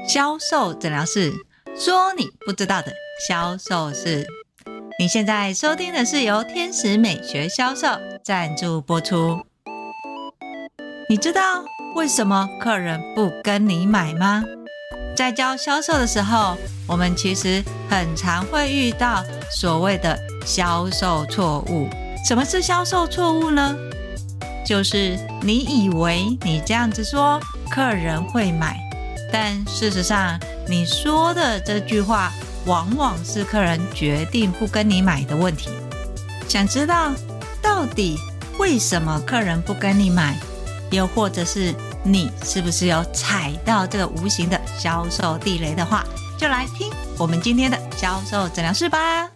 销售诊疗室，说你不知道的销售事。你现在收听的是由天使美学销售赞助播出。你知道为什么客人不跟你买吗？在教销售的时候，我们其实很常会遇到所谓的销售错误。什么是销售错误呢？就是你以为你这样子说，客人会买，但事实上你说的这句话往往是客人决定不跟你买的问题。想知道到底为什么客人不跟你买，又或者是你是不是有踩到这个无形的销售地雷的话，就来听我们今天的销售诊疗室吧。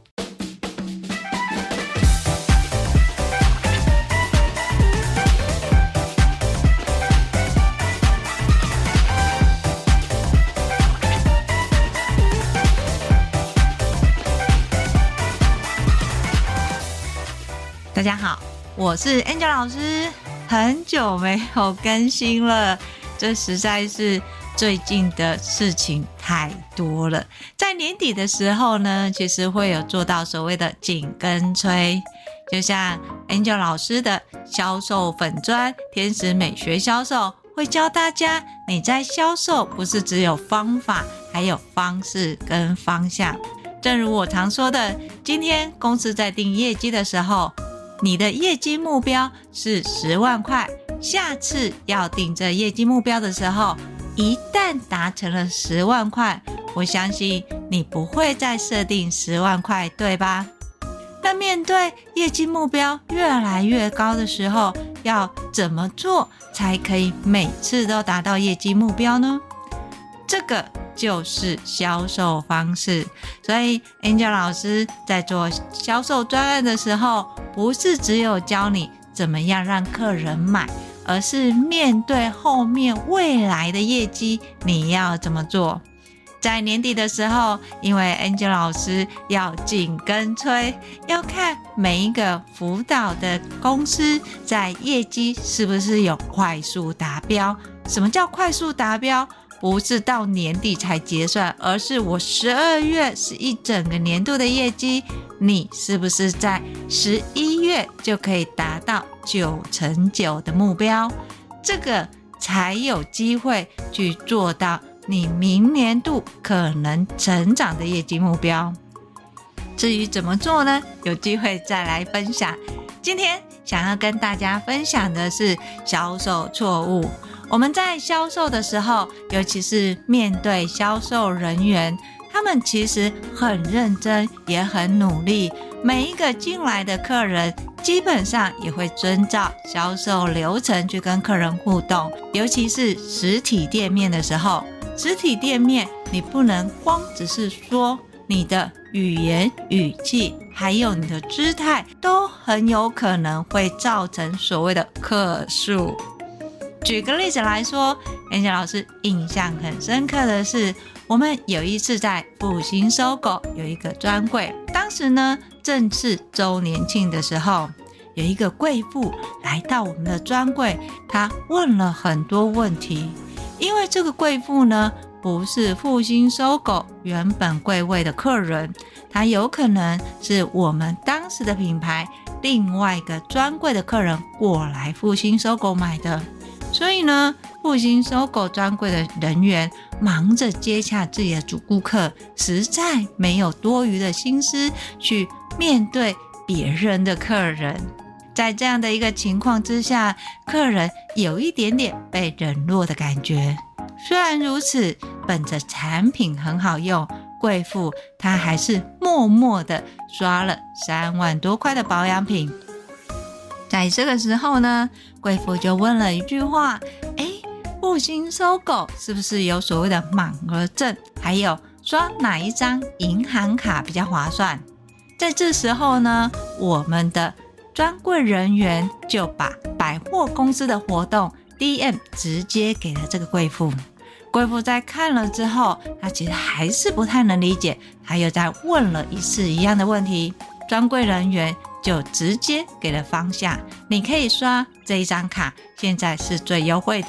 大家好，我是 Angel 老师，很久没有更新了，这实在是最近的事情太多了。在年底的时候呢，其实会有做到所谓的紧跟催，就像 Angel 老师的销售粉专天使美学销售，会教大家你在销售不是只有方法，还有方式跟方向。正如我常说的，今天公司在定业绩的时候，你的业绩目标是10万块，下次要定这业绩目标的时候，一旦达成了10万块，我相信你不会再设定10万块，对吧？那面对业绩目标越来越高的时候，要怎么做才可以每次都达到业绩目标呢？这个就是销售方式。所以 Angel 老师在做销售专案的时候，不是只有教你怎么样让客人买，而是面对后面未来的业绩你要怎么做。在年底的时候，因为 Angel 老师要紧跟催，要看每一个辅导的公司在业绩是不是有快速达标。什么叫快速达标？不是到年底才结算，而是我12月是一整个年度的业绩，你是不是在11月就可以达到9%的目标？这个才有机会去做到你明年度可能成长的业绩目标。至于怎么做呢？有机会再来分享。今天想要跟大家分享的是销售错误。我们在销售的时候，尤其是面对销售人员，他们其实很认真，也很努力。每一个进来的客人，基本上也会遵照销售流程去跟客人互动。尤其是实体店面的时候，实体店面你不能光只是说，你的语言、语气，还有你的姿态，都很有可能会造成所谓的客诉。举个例子来说， Angel 老师印象很深刻的是，我们有一次在复兴收购有一个专柜，当时呢正是周年庆的时候，有一个贵妇来到我们的专柜，她问了很多问题。因为这个贵妇呢不是复兴收购原本柜位的客人，她有可能是我们当时的品牌另外一个专柜的客人过来复兴收购买的。所以呢，复兴收购专柜的人员忙着接洽自己的主顾客，实在没有多余的心思去面对别人的客人。在这样的一个情况之下，客人有一点点被冷落的感觉。虽然如此，本着产品很好用，贵妇她还是默默的刷了3万多块的保养品。在这个时候呢，贵妇就问了一句话，复兴收购是不是有所谓的满额赠，还有刷哪一张银行卡比较划算？在这时候呢，我们的专柜人员就把百货公司的活动 DM 直接给了这个贵妇。贵妇在看了之后，她其实还是不太能理解，她又再问了一次一样的问题，专柜人员就直接给了方向，你可以刷这一张卡，现在是最优惠的。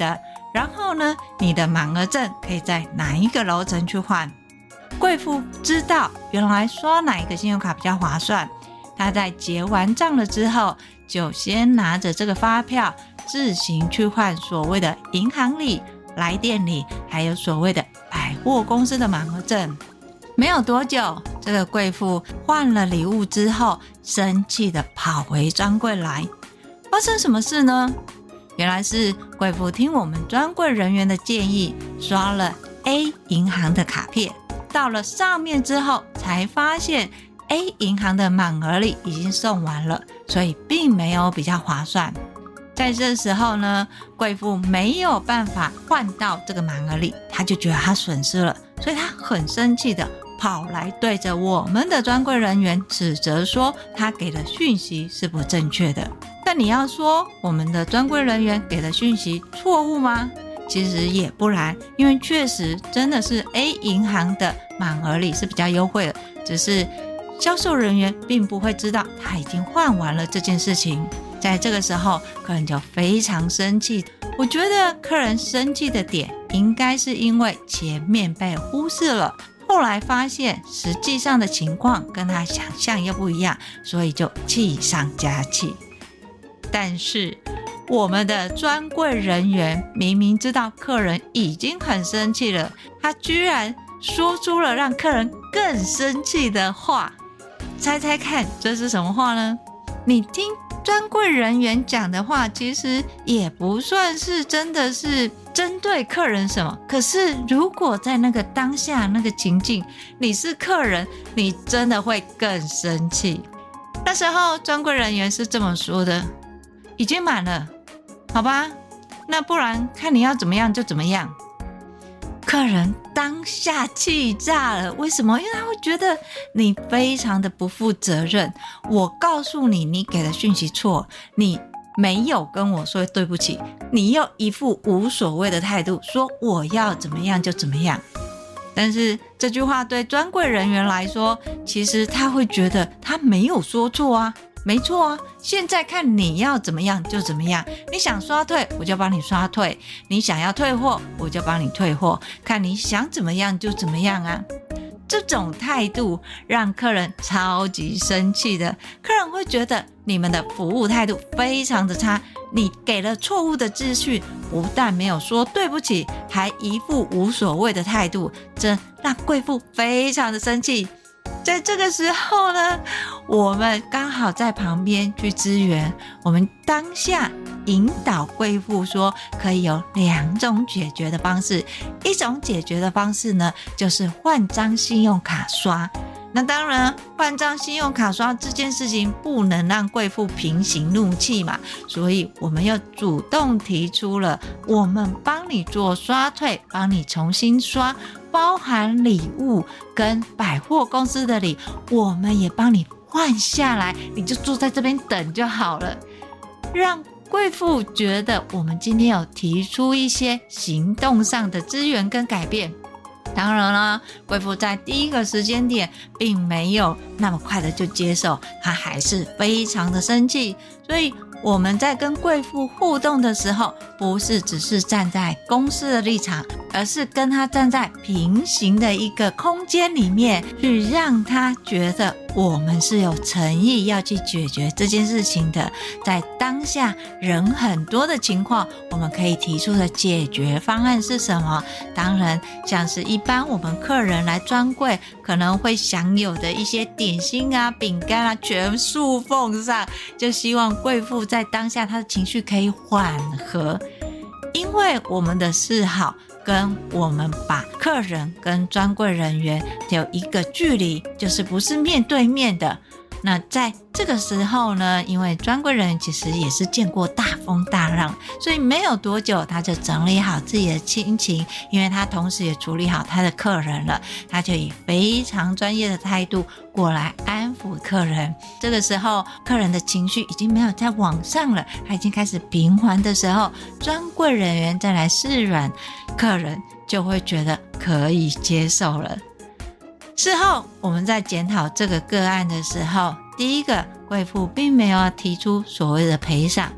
然后呢，你的满额赠可以在哪一个楼层去换。贵妇知道原来刷哪一个信用卡比较划算，她在结完账了之后，就先拿着这个发票自行去换所谓的银行里、来店里，还有所谓的百货公司的满额赠。没有多久，这个贵妇换了礼物之后，生气的跑回专柜来。发生什么事呢？原来是贵妇听我们专柜人员的建议，刷了 A 银行的卡片，到了上面之后才发现 A 银行的满额礼已经送完了，所以并没有比较划算。在这时候呢，贵妇没有办法换到这个满额礼，她就觉得她损失了，所以她很生气的跑来对着我们的专柜人员指责说她给的讯息是不正确的。但你要说我们的专柜人员给的讯息错误吗？其实也不然，因为确实真的是 A 银行的满额礼是比较优惠的，只是销售人员并不会知道他已经换完了这件事情。在这个时候，客人就非常生气。我觉得客人生气的点应该是因为前面被忽视了，后来发现实际上的情况跟他想象又不一样，所以就气上加气。但是我们的专柜人员明明知道客人已经很生气了，他居然说出了让客人更生气的话。猜猜看这是什么话呢？你听专柜人员讲的话，其实也不算是真的是针对客人什么，可是如果在那个当下那个情境，你是客人，你真的会更生气。那时候专柜人员是这么说的：已经满了，好吧，那不然看你要怎么样就怎么样。客人当下气炸了，为什么？因为他会觉得你非常的不负责任。我告诉你，你给的讯息错，你没有跟我说对不起，你又一副无所谓的态度，说我要怎么样就怎么样。但是这句话对专柜人员来说，其实他会觉得他没有说错啊，没错啊，现在看你要怎么样就怎么样，你想刷退我就帮你刷退，你想要退货我就帮你退货，看你想怎么样就怎么样啊。这种态度让客人超级生气的，客人会觉得你们的服务态度非常的差，你给了错误的资讯，不但没有说对不起，还一副无所谓的态度，这让贵妇非常的生气。在这个时候呢，我们刚好在旁边去支援，我们当下引导贵妇说可以有2种解决的方式。一种解决的方式呢，就是换张信用卡刷。那当然换张信用卡刷这件事情不能让贵妇平息怒气嘛，所以我们又主动提出了我们帮你做刷退，帮你重新刷，包含礼物跟百货公司的礼，我们也帮你换下来，你就坐在这边等就好了。让贵妇觉得我们今天有提出一些行动上的支援跟改变。当然啦，贵妇在第一个时间点并没有那么快的就接受，她还是非常的生气。所以我们在跟贵妇互动的时候，不是只是站在公司的立场，而是跟她站在平行的一个空间里面，去让她觉得我们是有诚意要去解决这件事情的。在当下人很多的情况，我们可以提出的解决方案是什么？当然像是一般我们客人来专柜可能会享有的一些点心啊、饼干啊，全数奉上，就希望贵妇在当下她的情绪可以缓和。因为我们的示好跟我们把客人跟专柜人员有一个距离，就是不是面对面的。那在这个时候呢，因为专柜人其实也是见过大风大浪，所以没有多久他就整理好自己的心情，因为他同时也处理好他的客人了，他就以非常专业的态度过来安抚客人。这个时候客人的情绪已经没有再往上了，他已经开始平缓的时候，专柜人员再来示软，客人就会觉得可以接受了。事后我们在检讨这个个案的时候，第一个，贵妇并没有提出所谓的赔偿，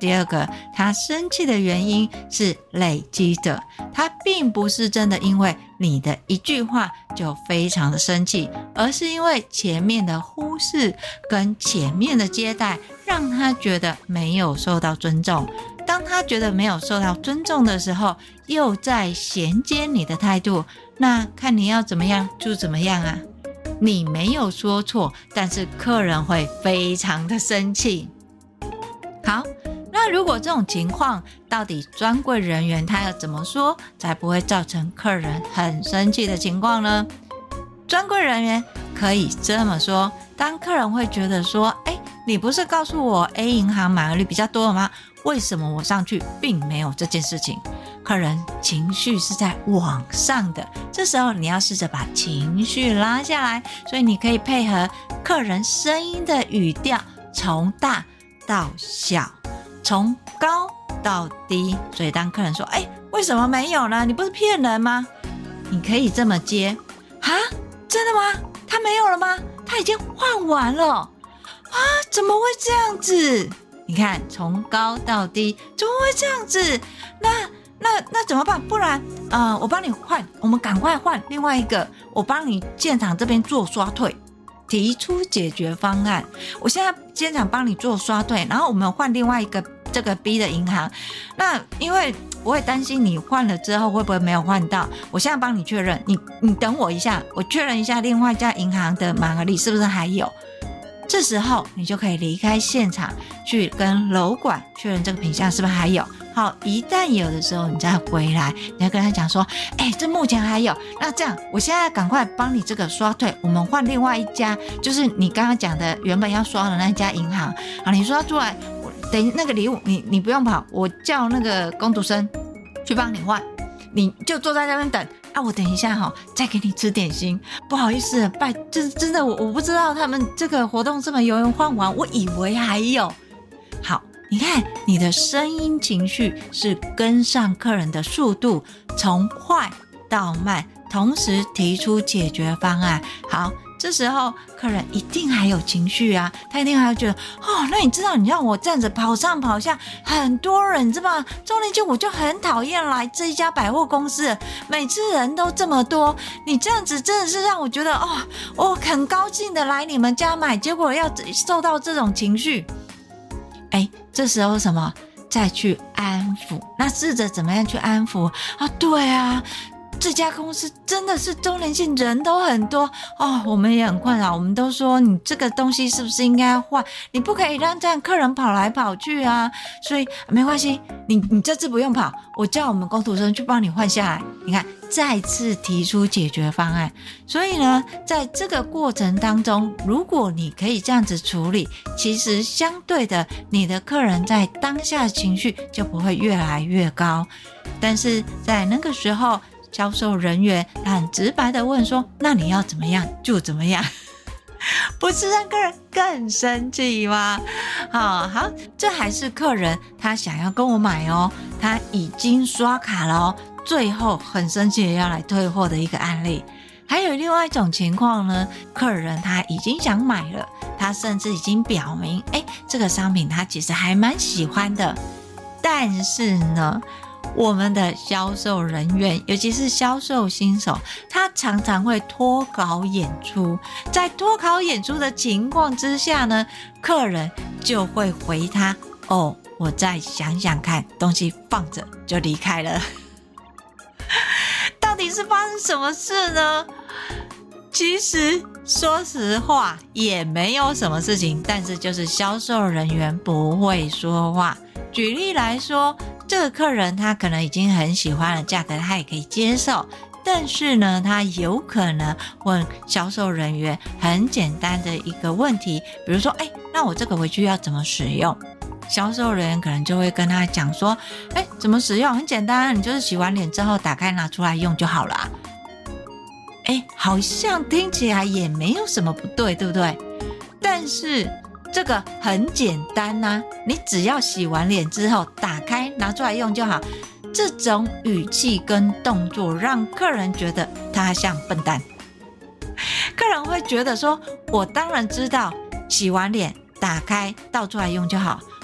第二个，他生气的原因是累积的，他并不是真的因为你的一句话就非常的生气，而是因为前面的忽视跟前面的接待让他觉得没有受到尊重。当他觉得没有受到尊重的时候，又在衔接你的态度，那看你要怎么样就怎么样啊。你没有说错，但是客人会非常的生气。好，那如果这种情况，到底专柜人员他要怎么说才不会造成客人很生气的情况呢？专柜人员可以这么说，当客人会觉得说，你不是告诉我 A 银行满额率比较多了吗？为什么我上去并没有这件事情？客人情绪是在往上的，这时候你要试着把情绪拉下来，所以你可以配合客人声音的语调，从大到小，从高到低。所以当客人说为什么没有呢？你不是骗人吗？你可以这么接，真的吗？他没有了吗？他已经换完了怎么会这样子？你看从高到低怎么会这样子？那怎么办？不然我帮你换，我们赶快换另外一个，我帮你现场这边做刷退，提出解决方案。我现在现场帮你做刷退，然后我们换另外一个这个 B 的银行。那因为我会担心你换了之后会不会没有换到，我现在帮你确认，你等我一下，我确认一下另外一家银行的满额率是不是还有。这时候你就可以离开现场，去跟楼管确认这个品项是不是还有。好，一旦有的时候你再回来，你要跟他讲说这目前还有，那这样我现在赶快帮你这个刷退，我们换另外一家，就是你刚刚讲的原本要刷的那家银行。好，你刷出来，等那个礼物你不用跑，我叫那个工读生去帮你换，你就坐在那边等我等一下再给你吃点心。不好意思，真的我不知道他们这个活动这么有人换完，我以为还有。好，你看你的声音情绪是跟上客人的速度，从快到慢，同时提出解决方案。好，这时候客人一定还有情绪啊，他一定还会觉得那你知道你让我这样子跑上跑下，很多人你知道吗？周年庆我就很讨厌来这一家百货公司，每次人都这么多，你这样子真的是让我觉得我很高兴的来你们家买，结果要受到这种情绪。这时候什么？再去安抚。那试着怎么样去安抚对啊，这家公司真的是周年庆人都很多我们也很困扰，我们都说你这个东西是不是应该换，你不可以让这样客人跑来跑去啊，所以没关系，你这次不用跑，我叫我们工读生去帮你换下来。你看，再次提出解决方案。所以呢，在这个过程当中，如果你可以这样子处理，其实相对的，你的客人在当下的情绪就不会越来越高。但是在那个时候，销售人员很直白的问说，那你要怎么样就怎么样，不是让客人更生气吗？好，这还是客人他想要跟我买他已经刷卡了最后很生气的要来退货的一个案例。还有另外一种情况呢，客人他已经想买了，他甚至已经表明这个商品他其实还蛮喜欢的，但是呢，我们的销售人员，尤其是销售新手，他常常会脱稿演出。在脱稿演出的情况之下呢，客人就会回他我再想想看，东西放着就离开了。到底是发生什么事呢？其实说实话也没有什么事情，但是就是销售人员不会说话。举例来说，这个客人他可能已经很喜欢了，价格他也可以接受，但是呢，他有可能问销售人员很简单的一个问题，比如说那我这个回去要怎么使用？销售人员可能就会跟他讲说怎么使用？很简单，你就是洗完脸之后打开拿出来用就好了好像听起来也没有什么不对，对不对？但是这个很简单啊，你只要洗完脸之后打开拿出来用就好。这种语气跟动作让客人觉得他像笨蛋。客人会觉得说，我当然知道洗完脸打开倒出来用就好，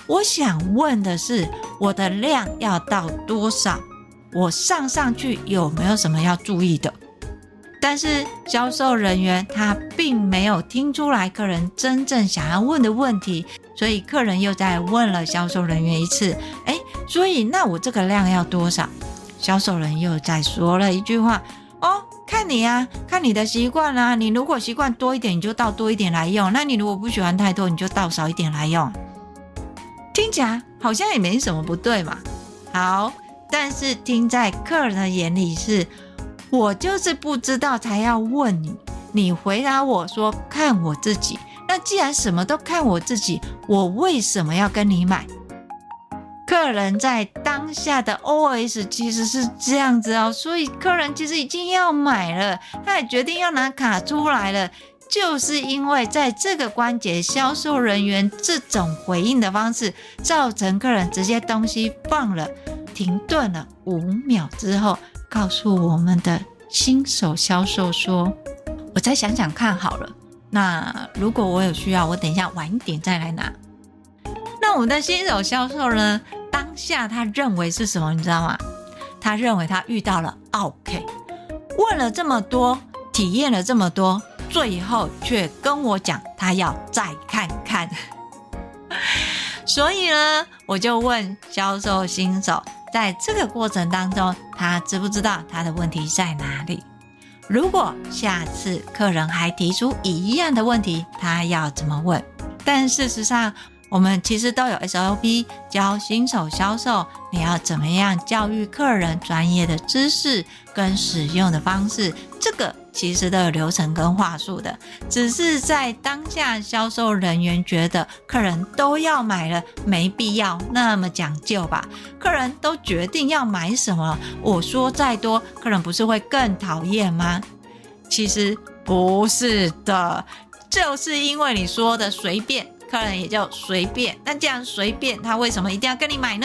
我想问的是，我的量要到多少？我上去有没有什么要注意的？但是销售人员他并没有听出来客人真正想要问的问题，所以客人又再问了销售人员一次，所以那我这个量要多少？销售人又再说了一句话，看你啊，看你的习惯啊，你如果习惯多一点你就倒多一点来用，那你如果不喜欢太多你就倒少一点来用。听起来好像也没什么不对嘛。好，但是听在客人的眼里是，我就是不知道才要问你，你回答我说看我自己，那既然什么都看我自己，我为什么要跟你买？客人在当下的 OS 其实是这样子所以客人其实已经要买了，他也决定要拿卡出来了，就是因为在这个关节销售人员这种回应的方式，造成客人直接东西放了，停顿了5秒之后，告诉我们的新手销售说，我再想想看好了，那如果我有需要，我等一下晚一点再来拿。那我们的新手销售呢，当下他认为是什么你知道吗？他认为他遇到了 OK， 问了这么多，体验了这么多，最后却跟我讲他要再看看。所以呢，我就问销售新手，在这个过程当中，他知不知道他的问题在哪里？如果下次客人还提出一样的问题，他要怎么问？但事实上我们其实都有 SOP 教新手销售你要怎么样教育客人专业的知识跟使用的方式，这个其实都有流程跟话术的，只是在当下销售人员觉得客人都要买了，没必要那么讲究吧。客人都决定要买什么，我说再多客人不是会更讨厌吗？其实不是的，就是因为你说的随便，客人也就随便，那既然随便，他为什么一定要跟你买呢？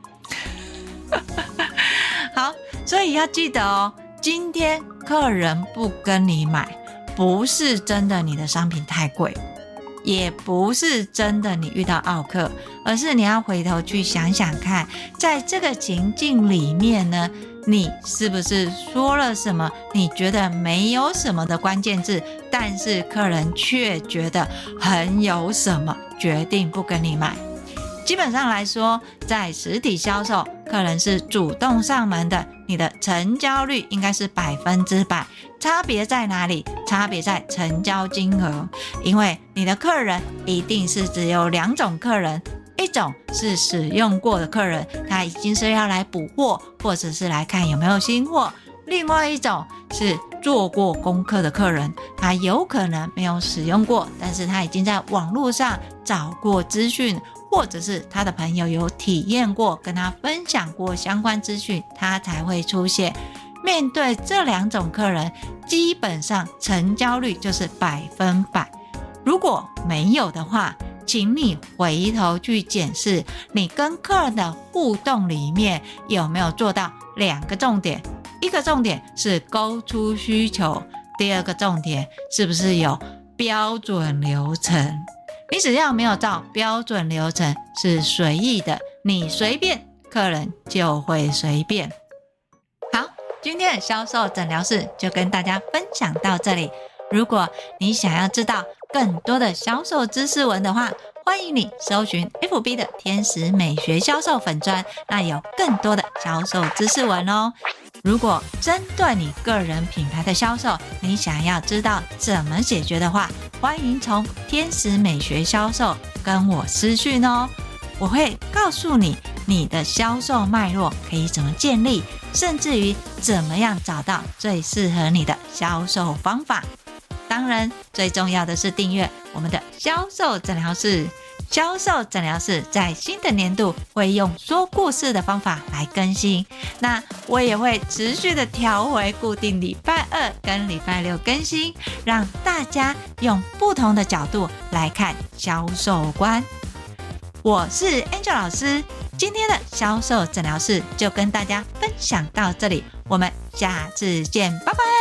好，所以要记得今天客人不跟你买，不是真的你的商品太贵，也不是真的你遇到奥客，而是你要回头去想想看，在这个情境里面呢，你是不是说了什么你觉得没有什么的关键字，但是客人却觉得很有什么，决定不跟你买。基本上来说，在实体销售，客人是主动上门的，你的成交率应该是100%。差别在哪里？差别在成交金额。因为你的客人一定是只有2种客人，一种是使用过的客人，他已经是要来补货或者是来看有没有新货，另外一种是做过功课的客人，他有可能没有使用过，但是他已经在网络上找过资讯，或者是他的朋友有体验过，跟他分享过相关资讯，他才会出现。面对这2种客人，基本上成交率就是100%。如果没有的话，请你回头去检视你跟客人的互动里面有没有做到2个重点。一个重点是勾出需求，第2个重点是不是有标准流程。你只要没有照标准流程，是随意的，你随便，客人就会随便。好，今天的销售诊疗室就跟大家分享到这里。如果你想要知道更多的销售知识文的话，欢迎你搜寻 FB 的天使美学销售粉专，那有更多的销售知识文哦。如果针对你个人品牌的销售，你想要知道怎么解决的话，欢迎从天使美学销售跟我私讯哦。我会告诉你你的销售脉络可以怎么建立，甚至于怎么样找到最适合你的销售方法。当然最重要的是订阅我们的销售诊疗室。销售诊疗室在新的年度会用说故事的方法来更新，那我也会持续的调回固定礼拜2跟礼拜6更新，让大家用不同的角度来看销售观。我是 Angel 老师，今天的销售诊疗室就跟大家分享到这里，我们下次见，拜拜。